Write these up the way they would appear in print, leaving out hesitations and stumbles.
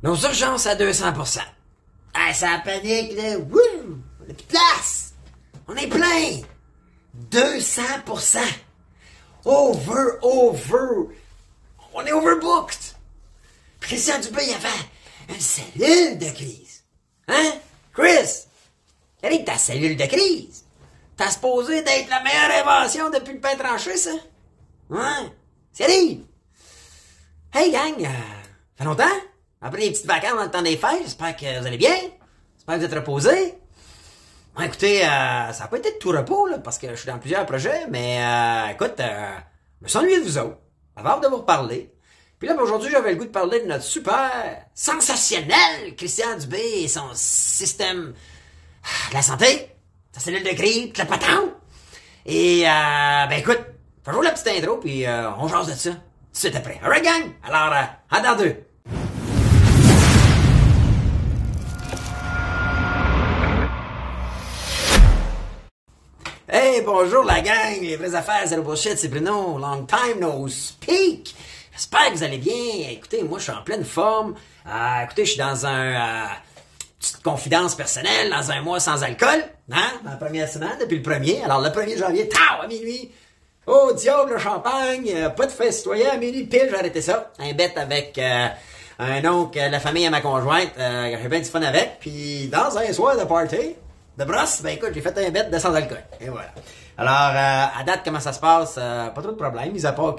Nos urgences à 200%. Ah, ça panique, là. Wouh! On a plus de place! On est plein! 200%! Over! On est overbooked! Puis Christian Dubé, il avait une cellule de crise. Hein? Chris! Quelle est ta cellule de crise? T'as supposé d'être la meilleure invention depuis le pain tranché, ça? Ouais? Sérieux? Hey, gang! Ça fait longtemps? Après les petites vacances dans le temps des fêtes, j'espère que vous allez bien. J'espère que vous êtes reposés. Bon, écoutez, ça n'a pas été de tout repos, là, parce que je suis dans plusieurs projets, mais écoute, je me suis ennuyé de vous autres. J'avais hâte de vous reparler. Puis là, aujourd'hui, j'avais le goût de parler de notre super sensationnel Christian Dubé et son système de la santé, sa cellule de crise, toute la patente. Et, ben écoute, fais jouer la petite intro, puis on jase de ça tout de suite après. Alright, gang? Alors, à dans deux. Hey, bonjour la gang, les vraies affaires, zéro bullshit, c'est Bruno, long time no speak. J'espère que vous allez bien. Écoutez, moi je suis en pleine forme. Écoutez, je suis dans petite confidence personnelle, dans un mois sans alcool, hein, dans la première semaine, depuis le 1er. Alors le 1er janvier, à minuit, oh diable, le champagne, pas de fête citoyen, à minuit pile, j'ai arrêté ça. Un bête avec un oncle, la famille à ma conjointe, j'ai bien du fun avec. Puis dans un soir de party, de brosse, ben écoute, j'ai fait un bet de sans alcool. Et voilà. Alors, à date, comment ça se passe? Pas trop de problèmes, mis à part que...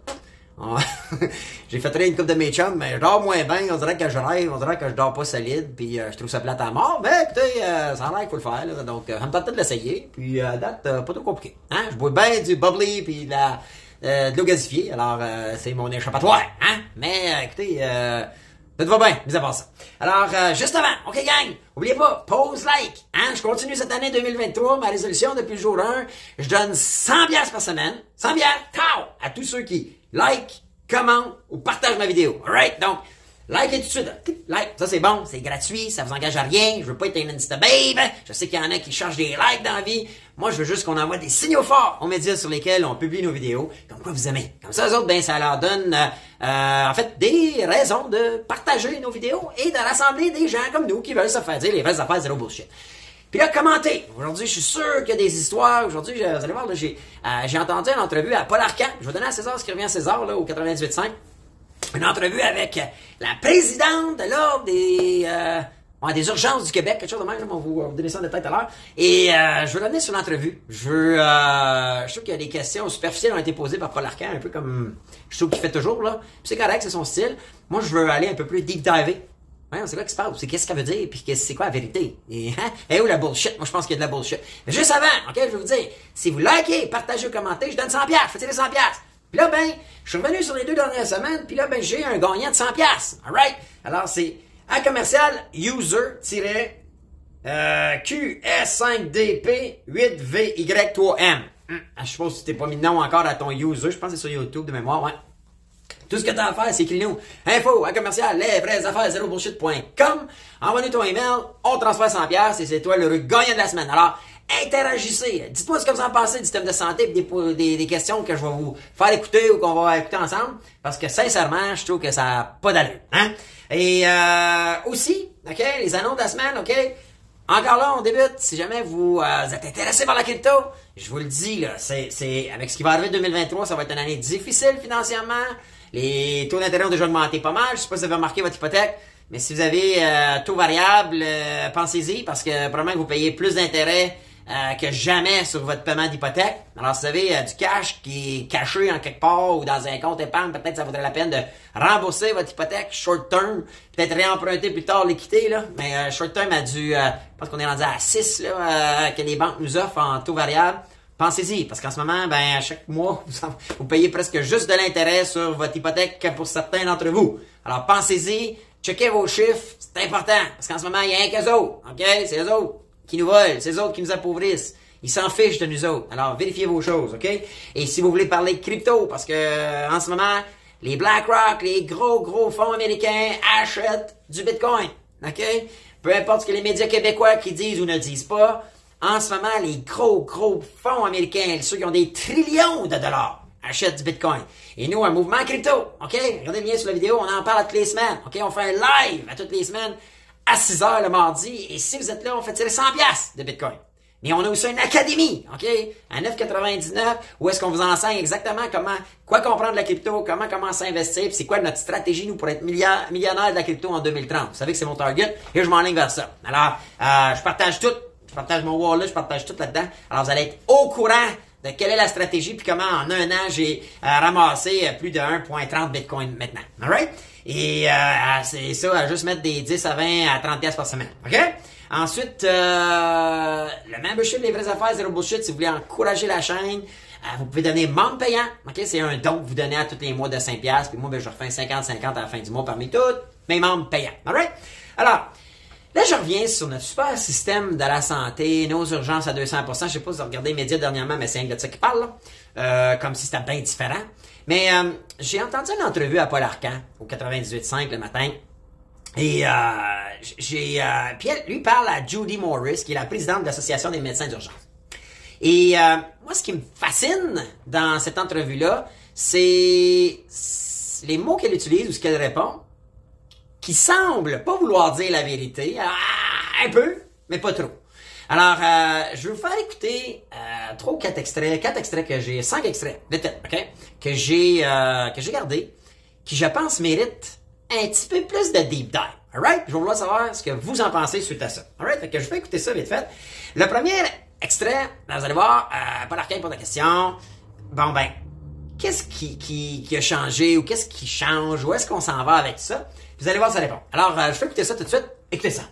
j'ai fait traîner une coupe de mes chums, mais je dors moins bien, on dirait que je rêve, on dirait que je dors pas solide, puis je trouve ça plate à mort. Mais écoutez, ça a l'air qu'il faut le faire, là, donc ça me tente de l'essayer. Puis à date, pas trop compliqué. Hein? Je bois bien du bubbly, puis de l'eau gasifiée, alors c'est mon échappatoire. Hein? Mais écoutez... tout va bien, mis à part ça. Alors, juste avant, OK gang, oubliez pas, pause like, hein, je continue cette année 2023, ma résolution depuis le jour 1, je donne 100 piastres par semaine, 100 piastres, à tous ceux qui like, commentent ou partagent ma vidéo, alright, donc, likez tout de suite, like, ça c'est bon, c'est gratuit, ça vous engage à rien, je veux pas être un insta-babe, je sais qu'il y en a qui cherchent des likes dans la vie, moi je veux juste qu'on envoie des signaux forts aux médias sur lesquels on publie nos vidéos, comme quoi vous aimez. Comme ça, eux autres, ben ça leur donne, en fait, des raisons de partager nos vidéos et de rassembler des gens comme nous qui veulent se faire dire les vraies affaires zéro bullshit. Puis là, commentez. Aujourd'hui, je suis sûr qu'il y a des histoires. Aujourd'hui, vous allez voir, là, j'ai entendu une entrevue à Paul Arcand. Je vais donner à César ce qui revient à César, là, au 98.5. Une entrevue avec la présidente de l'Ordre des urgences du Québec, quelque chose de même, on va vous donner ça en détail tout à l'heure. Et je veux revenir sur l'entrevue. Je trouve qu'il y a des questions superficielles qui ont été posées par Paul Arcand, un peu comme je trouve qu'il fait toujours, là. Puis c'est correct, c'est son style. Moi, je veux aller un peu plus deep diver. Ouais, c'est quoi qui se passe? C'est qu'est-ce qu'elle veut dire? Puis c'est quoi la vérité? Et où la bullshit? Moi, je pense qu'il y a de la bullshit. Mais juste avant, OK, je vais vous dire, si vous likez, partagez, commentez, je donne 100$. Je fais tirer 100$. Puis là, ben, je suis revenu sur les 2 dernières semaines, puis là, ben, j'ai un gagnant de 100$. Alright? Alors, c'est à commercial user-QS5DP8VY3M. Je suppose que tu t'es pas mis de nom encore à ton user. Je pense que c'est sur YouTube de mémoire, ouais. Tout ce que tu as à faire, c'est écris-nous info à commercial lesvraiesaffaires0bullshit.com. Envoie-nous ton email, on transfère 100$ et c'est toi le gagnant de la semaine. Alors, interagissez. Dites-moi ce que vous en pensez du système de santé et des questions que je vais vous faire écouter ou qu'on va écouter ensemble. Parce que sincèrement, je trouve que ça n'a pas d'allure. Hein? Et aussi, OK, les annonces de la semaine, OK? Encore là, on débute. Si jamais vous êtes intéressé par la crypto, je vous le dis, là, c'est avec ce qui va arriver en 2023, ça va être une année difficile financièrement. Les taux d'intérêt ont déjà augmenté pas mal. Je sais pas si vous avez remarqué votre hypothèque. Mais si vous avez taux variable, pensez-y parce que probablement que vous payez plus d'intérêt que jamais sur votre paiement d'hypothèque. Alors, si vous avez du cash qui est caché en quelque part ou dans un compte épargne, peut-être ça vaudrait la peine de rembourser votre hypothèque short term, peut-être réemprunter plus tard l'équité, là. Mais short term je pense qu'on est rendu à 6 là, que les banques nous offrent en taux variable. Pensez-y, parce qu'en ce moment, ben, à chaque mois, vous payez presque juste de l'intérêt sur votre hypothèque pour certains d'entre vous. Alors, pensez-y, checkez vos chiffres, c'est important, parce qu'en ce moment, il y a un qu'eux autres, OK? C'est eux autres qui nous volent, c'est eux autres qui nous appauvrissent. Ils s'en fichent de nous autres. Alors, vérifiez vos choses, OK? Et si vous voulez parler de crypto, parce que, en ce moment, les BlackRock, les gros fonds américains achètent du Bitcoin, OK? Peu importe ce que les médias québécois qui disent ou ne disent pas, en ce moment, les gros fonds américains, ceux qui ont des trillions de dollars, achète du Bitcoin. Et nous, un mouvement crypto, OK? Regardez le lien sur la vidéo, on en parle toutes les semaines, OK? On fait un live à toutes les semaines à 6 heures le mardi. Et si vous êtes là, on fait tirer 100$ de Bitcoin. Mais on a aussi une académie, OK? À 9,99, où est-ce qu'on vous enseigne exactement quoi comprendre de la crypto, comment commencer à investir, puis c'est quoi notre stratégie, nous, pour être millionnaire de la crypto en 2030. Vous savez que c'est mon target, et je m'enligne vers ça. Alors, je partage tout. Je partage mon wallet, je partage tout là-dedans. Alors, vous allez être au courant de quelle est la stratégie, puis comment en un an, j'ai ramassé plus de 1,30 Bitcoin maintenant. Alright? Et c'est ça, à juste mettre des 10 à 20 à 30$ par semaine. OK? Ensuite, le membership des vraies affaires, zéro bullshit, si vous voulez encourager la chaîne, vous pouvez donner membre payant. OK? C'est un don que vous donnez à tous les mois de 5$. Puis moi, je refais 50-50 à la fin du mois parmi tous mes membres payants. Alright? Alors, là, je reviens sur notre super système de la santé, nos urgences à 200%. Je sais pas si vous avez regardé les médias dernièrement, mais c'est un de ça qui parle, là. Comme si c'était bien différent. Mais j'ai entendu une entrevue à Paul Arcand au 98.5 le matin. Et puis lui parle à Judy Morris, qui est la présidente de l'Association des médecins d'urgence. Et moi, ce qui me fascine dans cette entrevue-là, c'est les mots qu'elle utilise ou ce qu'elle répond, qui semble pas vouloir dire la vérité, un peu, mais pas trop. Alors, je vais vous faire écouter 3 ou 4 extraits que j'ai, 5 extraits, vite, OK, que j'ai gardés, qui, je pense, méritent un petit peu plus de deep dive. Alright? Je vais vouloir savoir ce que vous en pensez suite à ça. Alright? Fait que je vais écouter ça vite fait. Le premier extrait, vous allez voir, Paul Arcand pour la question. Bon, ben, qu'est-ce qui a changé ou qu'est-ce qui change? Où est-ce qu'on s'en va avec ça? Vous allez voir, ça répond. Alors, je vais écouter ça tout de suite. Écoutez ça.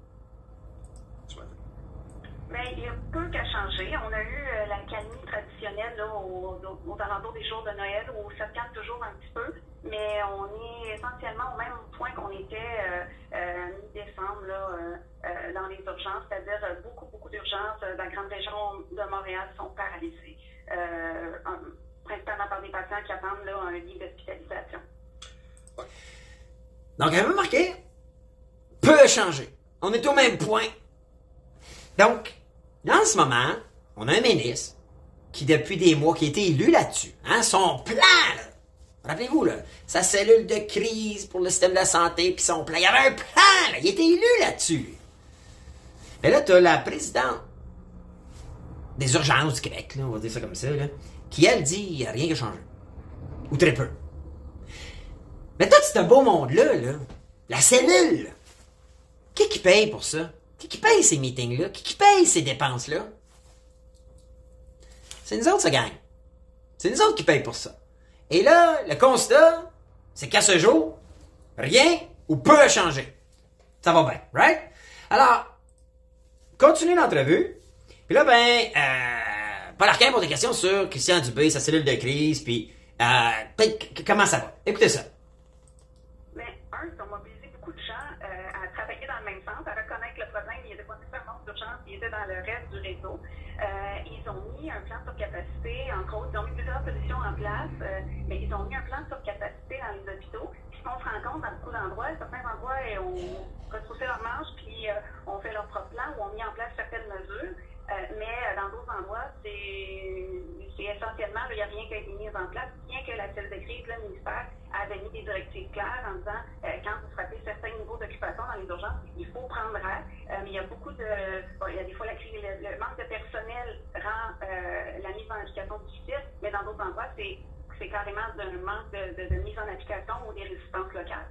Bien, il y a peu qu'à changer. On a eu l'accalmie traditionnelle là, aux alentours des jours de Noël où ça se calme toujours un petit peu, mais on est essentiellement au même point qu'on était mi-décembre dans les urgences, c'est-à-dire beaucoup d'urgences dans la grande région de Montréal sont paralysées, principalement par des patients qui attendent là, un lit d'hospitalisation. Donc, elle m'a marqué, peu a changé. On est au même point. Donc, en ce moment, on a un ministre qui, depuis des mois, qui a été élu là-dessus. Hein, son plan, là, rappelez-vous, là, sa cellule de crise pour le système de la santé, puis son plan, il y avait un plan, là, il a été élu là-dessus. Mais là, tu as la présidente des urgences du Québec, là, on va dire ça comme ça, là, qui, elle, dit qu'il n'y a rien qui a changé. Ou très peu. Mais tout ce beau monde-là, là, la cellule, là, qui paye pour ça? Qui paye ces meetings-là? Qui paye ces dépenses-là? C'est nous autres, ça gagne. C'est nous autres qui payent pour ça. Et là, le constat, c'est qu'à ce jour, rien ou peu a changé. Ça va bien, right? Alors, continue l'entrevue. Puis là, Paul Arcand pose des questions sur Christian Dubé, sa cellule de crise, puis comment ça va? Écoutez ça. Ça a mobilisé beaucoup de gens à travailler dans le même sens, à reconnaître le problème. Il y avait pas nécessairement d'urgence, il était dans le reste du réseau. Ils ont mis un plan sur capacité, entre autres, ils ont mis plusieurs solutions en place, mais ils ont mis un plan sur capacité dans les hôpitaux. Puis on se rend compte dans beaucoup d'endroits, certains endroits ont retroussé leurs manches, puis ont fait leur propre plan ou ont mis en place certaines mesures. Mais dans d'autres endroits, c'est essentiellement, il n'y a rien qui a été mis en place, bien que la cellule de crise, le ministère avait mis des directives claires en disant quand vous frappez certains niveaux d'occupation dans les urgences, il faut prendre acte. Mais il y a beaucoup de... Bon, il y a des fois le manque de personnel rend la mise en application difficile, mais dans d'autres endroits, c'est carrément un manque de mise en application ou des résistances locales.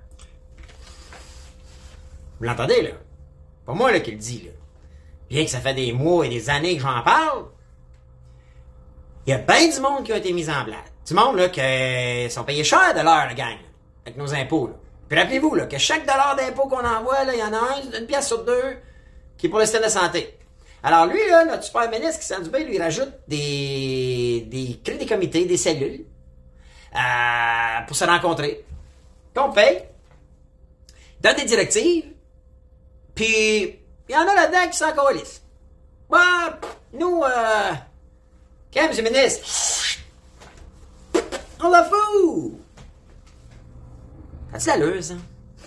Vous l'entendez, là? Pas moi là, qui le dis, là. Bien que ça fait des mois et des années que j'en parle, il y a bien du monde qui a été mis en place. Du monde là, qui sont payés cher de l'heure, la gang, avec nos impôts. Là. Puis rappelez-vous là, que chaque dollar d'impôt qu'on envoie, là, il y en a une pièce sur deux qui est pour le système de santé. Alors lui, là, notre super ministre Christian Dubé, lui rajoute des crédits des comités, des cellules, pour se rencontrer. Puis on paye, donne des directives, puis il y en a là-dedans qui s'en calissent. Bah, nous, OK, monsieur le ministre, on la fout! As-tu l'allure, ça?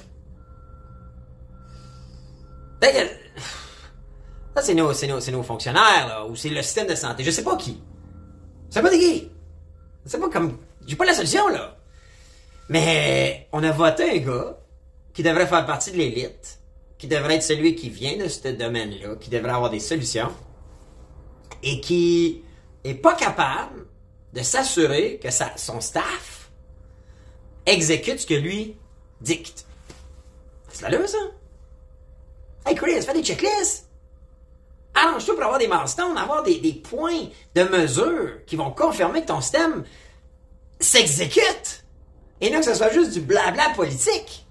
Ça, c'est nos fonctionnaires, là, ou c'est le système de santé. Je sais pas qui. Je sais pas de qui. C'est pas comme... J'ai pas la solution, là. Mais on a voté un gars qui devrait faire partie de l'élite, qui devrait être celui qui vient de ce domaine-là, qui devrait avoir des solutions, et qui est pas capable de s'assurer que son staff exécute ce que lui dicte. C'est là, ça? Hey Chris, fais des checklists! Arrange-toi pour avoir des milestones, avoir des points de mesure qui vont confirmer que ton système s'exécute. Et non que ce soit juste du blabla politique.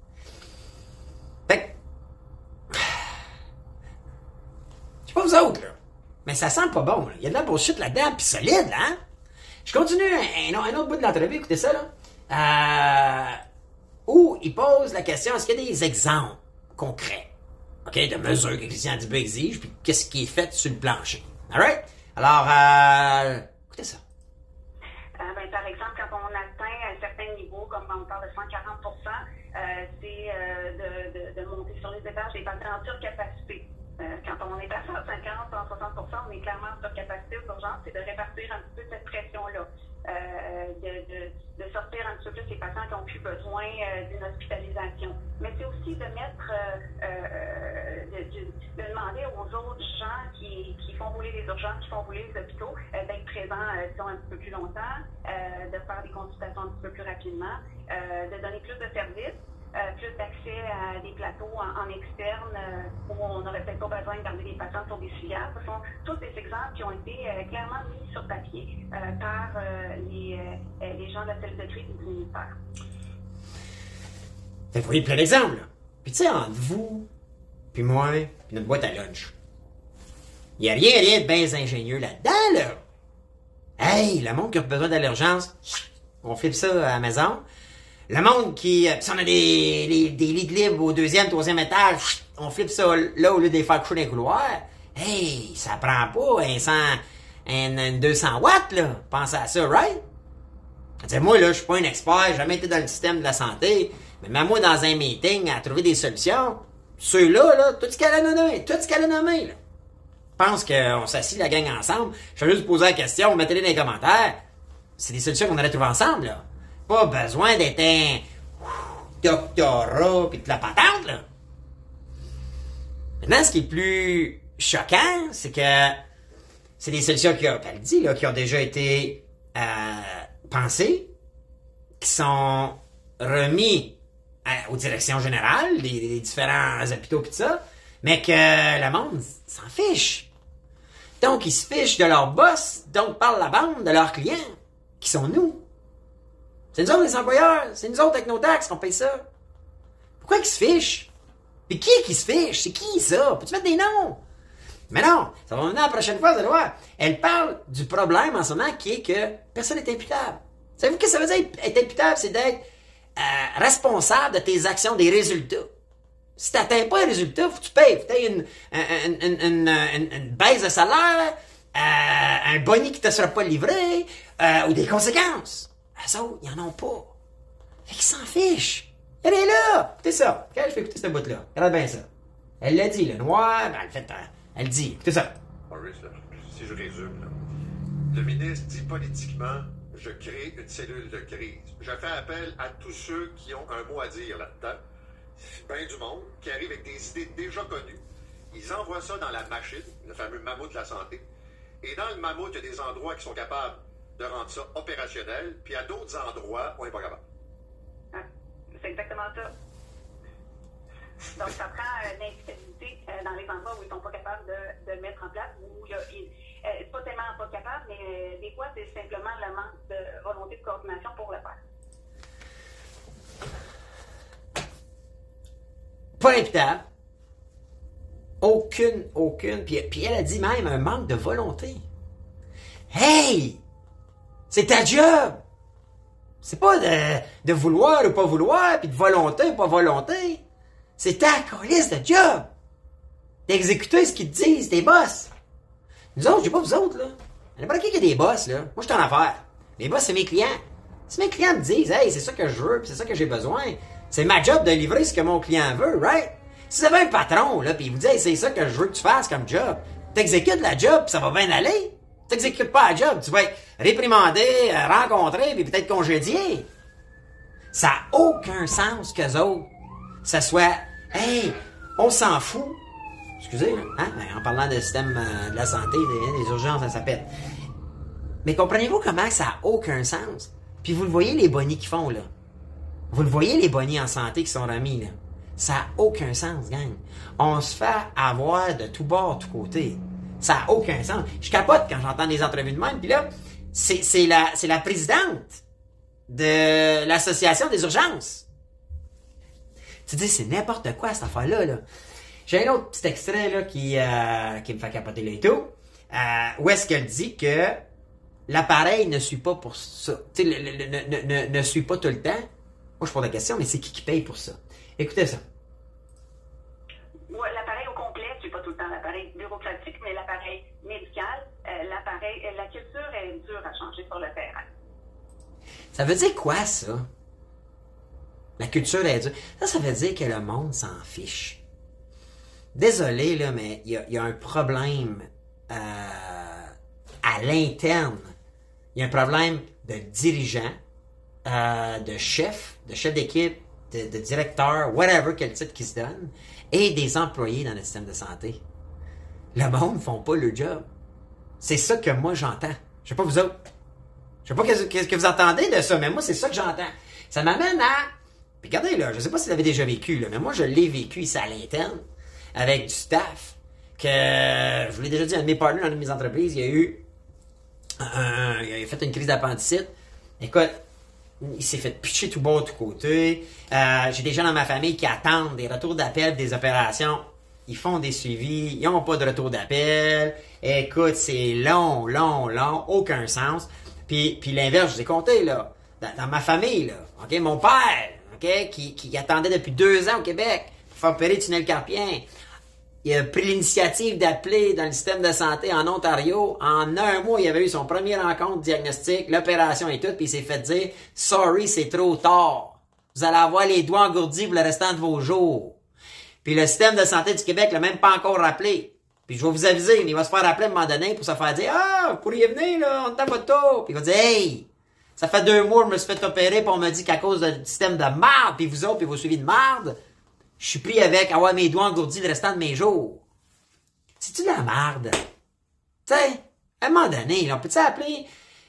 Fait que... Je sais pas vous autres, là. Mais ça sent pas bon, là. Il y a de la bullshit là-dedans, pis solide, là, hein? Je continue un autre bout de l'entrevue, écoutez ça, là. Où il pose la question, est-ce qu'il y a des exemples concrets? OK, de mesures que Christian Dubé exige, puis qu'est-ce qui est fait sur le plancher. Alright? Alors, écoutez ça. Par exemple, quand on atteint un certain niveau, comme on parle de 140 c'est de monter sur les étages et passer en surcapacité. Quand on est passé à 50, 160 on est clairement en surcapacité aux urgences, c'est de répartir un petit peu cette pression-là. De sortir un petit peu plus les patients qui ont plus besoin d'une hospitalisation. Mais c'est aussi de mettre, de demander aux autres gens qui font rouler les urgences, qui font rouler les hôpitaux, d'être présents disons, un petit peu plus longtemps, de faire des consultations un petit peu plus rapidement, de donner plus de services. Plus d'accès à des plateaux en externe où on n'aurait peut-être pas besoin de garder les patients sur des filières. Ce sont tous des exemples qui ont été clairement mis sur papier par les gens de la cellule de crise du ministère. Vous voyez plein d'exemples, là. Puis tu sais, entre vous, puis moi, puis notre boîte à lunch, il n'y a rien de bien ingénieux là-dedans, là. Hey, le monde qui a besoin d'aller à l'urgence, on flippe ça à la maison. Le monde qui... si on a des lits libres au 2e, 3e étage, on flippe ça là au lieu de les faire coucher dans les couloirs. Hey, ça prend pas un 200 watts, là. Pensez à ça, right? T'sais, moi, là, je suis pas un expert, j'ai jamais été dans le système de la santé, mais même moi, dans un meeting, à trouver des solutions, ceux-là, là, tout ce qu'elle a nommé, là. Je pense qu'on s'assit la gang ensemble, je vais juste poser la question, mettez-les dans les commentaires. C'est des solutions qu'on allait trouver ensemble, là. Pas besoin d'être un doctorat pis de la patente, là. Maintenant, ce qui est plus choquant, c'est que c'est des solutions qui ont déjà été pensées, qui sont remis aux directions générales des différents hôpitaux pis tout ça, mais que le monde s'en fiche. Donc, ils se fichent de leur boss, donc par la bande de leurs clients, qui sont nous. C'est nous autres les employeurs, c'est nous autres avec nos taxes qu'on paye ça. Pourquoi ils se fichent? Puis qui se fiche? C'est qui ça? Peux-tu mettre des noms? Mais non, ça va venir la prochaine fois, vous allez voir. Elle parle du problème en ce moment qui est que personne n'est imputable. Savez-vous ce que ça veut dire être imputable? C'est d'être responsable de tes actions, des résultats. Si tu n'atteins pas un résultat, faut que tu payes. Faut que tu aies une baisse de salaire, un boni qui ne te sera pas livré, ou des conséquences. Eux autres, ils n'en ont pas. Fait qu'ils s'en fichent. Elle est là. Écoutez ça. Quand je fais écouter cette bout-là, regarde bien ça. Elle l'a dit, le noir, ben, elle dit. Écoutez ça. Maurice, là, si je résume, là, le ministre dit politiquement, je crée une cellule de crise. Je fais appel à tous ceux qui ont un mot à dire là-dedans. Ben du monde, qui arrive avec des idées déjà connues. Ils envoient ça dans la machine, le fameux mammouth de la santé. Et dans le mammouth, il y a des endroits qui sont capables de rendre ça opérationnel, puis à d'autres endroits, on n'est pas capable. C'est exactement ça. Donc, ça prend l'inefficacité dans les endroits où ils ne sont pas capables de mettre en place, où c'est pas tellement pas capable, mais des fois, c'est simplement le manque de volonté de coordination pour le faire. Pas imputable. Aucune. Puis elle a dit même un manque de volonté. Hey! C'est ta job! C'est pas de vouloir ou pas vouloir, puis de volonté ou pas volonté. C'est ta calice de job! D'exécuter ce qu'ils te disent, tes boss. Nous autres, je dis pas vous autres, là. Il n'y a pas qui a des boss, là. Moi, je suis en affaire. Les boss, c'est mes clients. Si mes clients me disent, hey, c'est ça que je veux, puis c'est ça que j'ai besoin, c'est ma job de livrer ce que mon client veut, right? Si vous avez un patron, là, puis il vous dit, hey, c'est ça que je veux que tu fasses comme job, t'exécutes la job, puis ça va bien aller. t'exécutes pas la job, tu vas être réprimandé, rencontré, puis peut-être congédié. Ça n'a aucun sens qu'eux autres, ça soit, hey, on s'en fout. Excusez, hein? En parlant de système de la santé, des urgences, ça s'appelle. Mais comprenez-vous comment ça n'a aucun sens? Puis vous le voyez, les bonnies qu'ils font, là. Vous le voyez, les bonnies en santé qui sont remis, là. Ça n'a aucun sens, gang. On se fait avoir de tout bord, de tout côté. Ça n'a aucun sens. Je capote quand j'entends des entrevues de même. Puis là, c'est la présidente de l'association des urgences. Tu dis, c'est n'importe quoi, cette affaire-là, là. J'ai un autre petit extrait, là, qui me fait capoter les tout. Où est-ce qu'elle dit que l'appareil ne suit pas pour ça. Tu sais, ne suit pas tout le temps. Moi, je pose la question, mais c'est qui paye pour ça? Écoutez ça. Ouais, l'appareil au complet ne suit pas tout le temps. L'appareil bureaucratique, mais l'appareil médical, la culture est dure à changer sur le terrain. Ça veut dire quoi, ça? La culture est dure. Ça veut dire que le monde s'en fiche. Désolé, là, mais il y a un problème à l'interne. Il y a un problème de dirigeant, de chef d'équipe, de directeur, whatever, quel titre qui se donne, et des employés dans le système de santé. Le monde ne font pas le job. C'est ça que moi j'entends. Je sais pas vous autres. Je sais pas qu'est-ce que vous entendez de ça, mais moi c'est ça que j'entends. Ça m'amène à... Puis regardez là, je sais pas si vous l'avez déjà vécu, là, mais moi je l'ai vécu ici à l'interne, avec du staff, que je vous l'ai déjà dit, un de mes partenaires dans une de mes entreprises, il a fait une crise d'appendicite. Écoute, il s'est fait pitcher tout bas, tout côté. J'ai des gens dans ma famille qui attendent des retours d'appel des opérations. Ils font des suivis, ils n'ont pas de retour d'appel. Écoute, c'est long, aucun sens. Puis l'inverse, je vous ai compté, là. Dans ma famille, là. OK? Mon père, OK? Qui attendait depuis 2 ans au Québec pour faire opérer le tunnel carpien. Il a pris l'initiative d'appeler dans le système de santé en Ontario. En 1 mois, il avait eu son premier rencontre diagnostic, l'opération et tout, puis il s'est fait dire « Sorry, c'est trop tard. Vous allez avoir les doigts engourdis pour le restant de vos jours. » Puis le système de santé du Québec l'a même pas encore rappelé. Puis je vais vous aviser, mais il va se faire rappeler à un moment donné pour se faire dire « Ah, vous pourriez venir, là, on est à votre tour. » Puis il va dire « Hey, ça fait 2 mois que je me suis fait opérer, puis on m'a dit qu'à cause du système de merde, puis vous autres, puis vos suivis de merde, je suis pris avec avoir mes doigts engourdis le restant de mes jours. » C'est-tu de la merde? Tu sais, à un moment donné, là, on peut-tu appeler...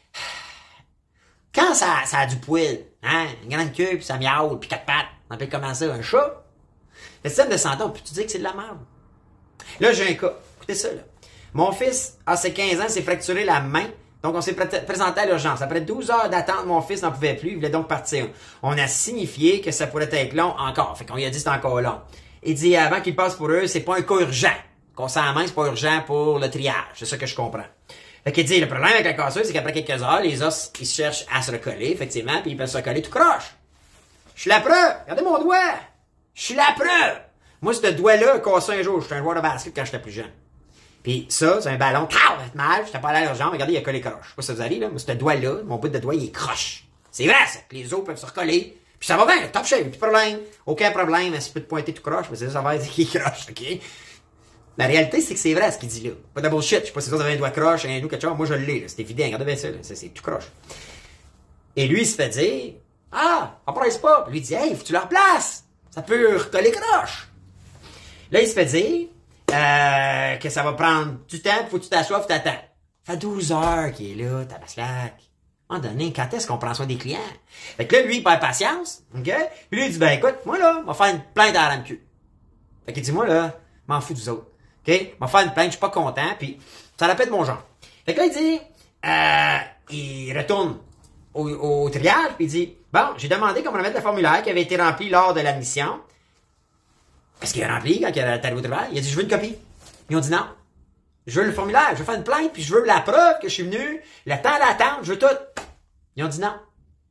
Quand ça a du poil, hein, une grande queue, puis ça miaule, puis 4 pattes, on appelle comment ça, un chat? Le système de santé, on peut-tu dire que c'est de la merde? Là, j'ai un cas. Écoutez ça, là. Mon fils, à ses 15 ans, s'est fracturé la main. Donc, on s'est présenté à l'urgence. Après 12 heures d'attente, mon fils n'en pouvait plus. Il voulait donc partir. On a signifié que ça pourrait être long encore. Fait qu'on lui a dit que c'est encore long. Il dit, avant qu'il passe pour eux, c'est pas un cas urgent. Qu'on s'en main, c'est pas urgent pour le triage. C'est ça que je comprends. Fait qu'il dit, le problème avec la casseuse, c'est qu'après quelques heures, les os, ils cherchent à se recoller, effectivement, puis ils peuvent se recoller tout croche. Je suis la preuve. Regardez mon doigt. Je suis la preuve. Moi, ce doigt-là a cassé un jour. J'étais un joueur de basket quand j'étais plus jeune. Puis ça, c'est un ballon, ça fait mal, j'étais pas allé à l'urgence, regardez, il a collé croche. Je sais pas si ça vous arrive, là, mais ce doigt-là, mon bout de doigt, il est croche. C'est vrai, ça, que les os peuvent se recoller. Puis ça va bien, top shape, plus de problème. Aucun problème, si tu peux te pointer tout croche, mais c'est ça, ça va être qu'il est croche, ok? La réalité, c'est que c'est vrai, ce qu'il dit là. Pas de bullshit, je sais pas si vous avez un doigt croche, un doigt quelque chose, moi je l'ai, là, c'est évident, regardez bien ça, là, c'est tout croche. Et lui, il se fait dire, ah, empresse pas. Puis lui, il dit, hey, faut que tu le replaces. Ça peut recoller croche. Là, il se fait dire, que ça va prendre du temps, faut que tu t'assoies, faut t'attends. Ça fait 12 heures qu'il est là, tabaslac. À un moment donné, quand est-ce qu'on prend soin des clients? Fait que là, lui, il perd patience, ok? Puis lui, il dit, ben écoute, moi là, on va faire une plainte à la RAMQ. Fait qu'il dit, moi là, m'en fous des autres. Ok? On va faire une plainte, je suis pas content, puis ça l'appelle de mon genre. Fait que là, il dit, il retourne au triage, puis il dit, bon, j'ai demandé qu'on me remette le formulaire qui avait été rempli lors de l'admission. Parce qu'il a rempli quand il est arrivé au travail. Il a dit, je veux une copie. Ils ont dit non. Je veux le formulaire, je veux faire une plainte, puis je veux la preuve que je suis venu, le temps d'attente, je veux tout. Ils ont dit non.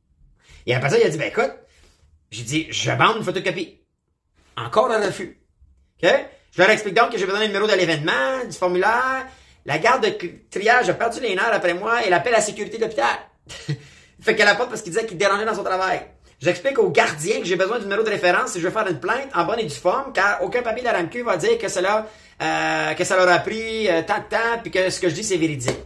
Et après ça, il a dit, ben écoute, j'ai dit, je demande une photocopie. Encore un refus. OK? Je leur explique donc que j'ai besoin du numéro de l'événement, du formulaire. La garde de triage a perdu les nerfs après moi et l'appelle à la sécurité de l'hôpital. Fait qu'elle a pas parce qu'il disait qu'il dérangeait dans son travail. J'explique au gardien que j'ai besoin du numéro de référence si je veux faire une plainte en bonne et due forme, car aucun papier de la RAMQ va dire que cela leur a pris tant de temps, puis que ce que je dis, c'est véridique.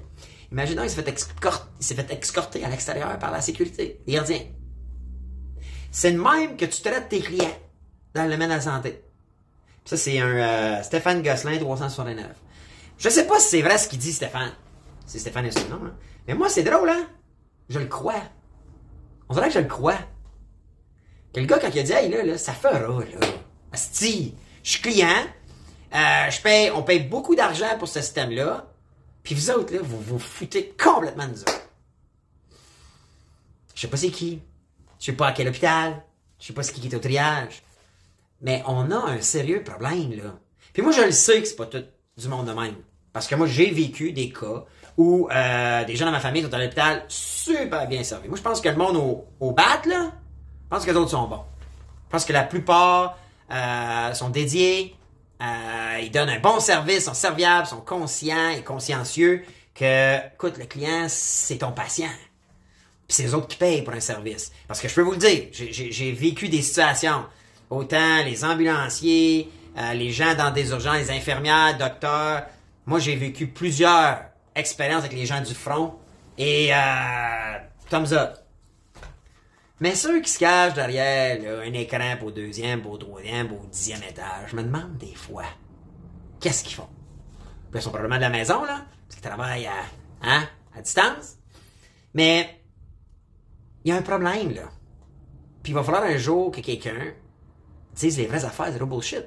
Imaginons qu'il s'est fait escorter à l'extérieur par la sécurité, les gardiens. C'est de même que tu traites tes clients dans le domaine de la santé. Ça, c'est un Stéphane Gosselin, 369. Je sais pas si c'est vrai ce qu'il dit, Stéphane. C'est Stéphane et son nom, hein. Mais moi, c'est drôle, hein? Je le crois. On dirait que je le crois. Que le gars, quand il a dit, hey, là, ça fera, là. Asti, je suis client, on paye beaucoup d'argent pour ce système-là, puis vous autres, là, vous vous foutez complètement de nous autres. Je sais pas c'est qui. Je sais pas à quel hôpital. Je sais pas ce qui est au triage. Mais on a un sérieux problème, là. Puis moi, je le sais que c'est pas tout du monde de même. Parce que moi, j'ai vécu des cas où des gens dans ma famille sont à l'hôpital super bien servis. Moi, je pense que le monde au bat, là, je pense que les autres sont bons. Je pense que la plupart sont dédiés, ils donnent un bon service, sont serviables, sont conscients et consciencieux que, écoute, le client, c'est ton patient. Puis c'est les autres qui payent pour un service. Parce que je peux vous le dire, j'ai vécu des situations. Autant les ambulanciers, les gens dans des urgences, les infirmières, docteurs. Moi, j'ai vécu plusieurs expériences avec les gens du front. Et thumbs up. Mais ceux qui se cachent derrière là, un écran pour au 2e, pour au 3e, pour au 10e étage, je me demande des fois, qu'est-ce qu'ils font? Puis ils sont probablement de la maison, là, parce qu'ils travaillent à distance. Mais il y a un problème, là. Puis il va falloir un jour que quelqu'un dise les vraies affaires, zéro bullshit.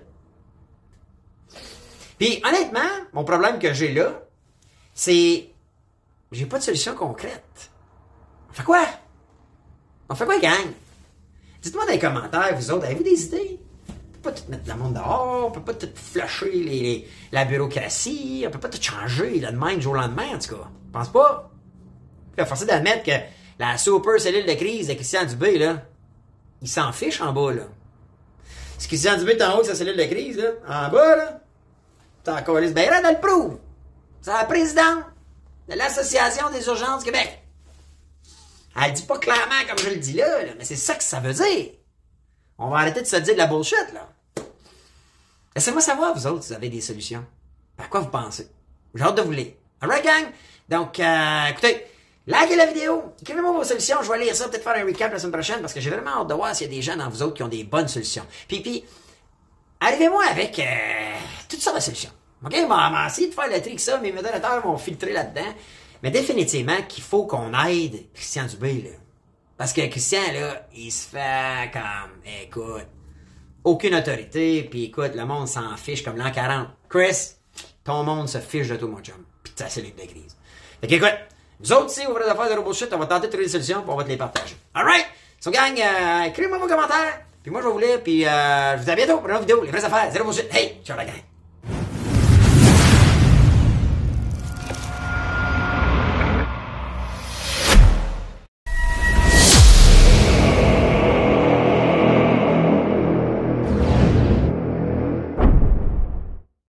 Puis honnêtement, mon problème que j'ai là, c'est j'ai pas de solution concrète. On fait quoi? On fait quoi, gang? Dites-moi dans les commentaires, vous autres, avez-vous des idées? On peut pas tout mettre le monde dehors, on peut pas tout flusher la bureaucratie, on peut pas tout changer là, de même du jour au lendemain, en tout cas. Je pense pas. Puis, à forcer d'admettre que la super cellule de crise de Christian Dubé, là, il s'en fiche en bas, là. Si Christian Dubé est en haut de sa cellule de crise, là, en bas, là, t'as encore les ben dans le prouve. C'est la présidente de l'Association des urgences du Québec. Elle dit pas clairement comme je le dis là, mais c'est ça que ça veut dire. On va arrêter de se dire de la bullshit, là. Laissez-moi savoir, vous autres, si vous avez des solutions. À quoi vous pensez? J'ai hâte de vous lire. Alright, gang? Donc, écoutez, likez la vidéo, écrivez-moi vos solutions, je vais lire ça, peut-être faire un recap la semaine prochaine, parce que j'ai vraiment hâte de voir s'il y a des gens dans vous autres qui ont des bonnes solutions. Puis arrivez-moi avec toutes sortes de solutions. OK? On va essayer de faire le tri que ça, mes modérateurs vont filtrer là-dedans. Mais définitivement qu'il faut qu'on aide Christian Dubé, là. Parce que Christian, là, il se fait comme, écoute, aucune autorité, puis écoute, le monde s'en fiche comme l'an 40. Chris, ton monde se fiche de toi, mon chum. Puis ta cellule de crise. Fait qu'écoute, nous autres ici, au vrai affaires de Roboshit, on va tenter de trouver des solutions, puis on va te les partager. Alright? So gang, écrivez-moi vos commentaires, puis moi je vais vous lire, puis je vous dis à bientôt pour une autre vidéo, les vraies affaires, zéro bullshit. Hey, ciao la gang!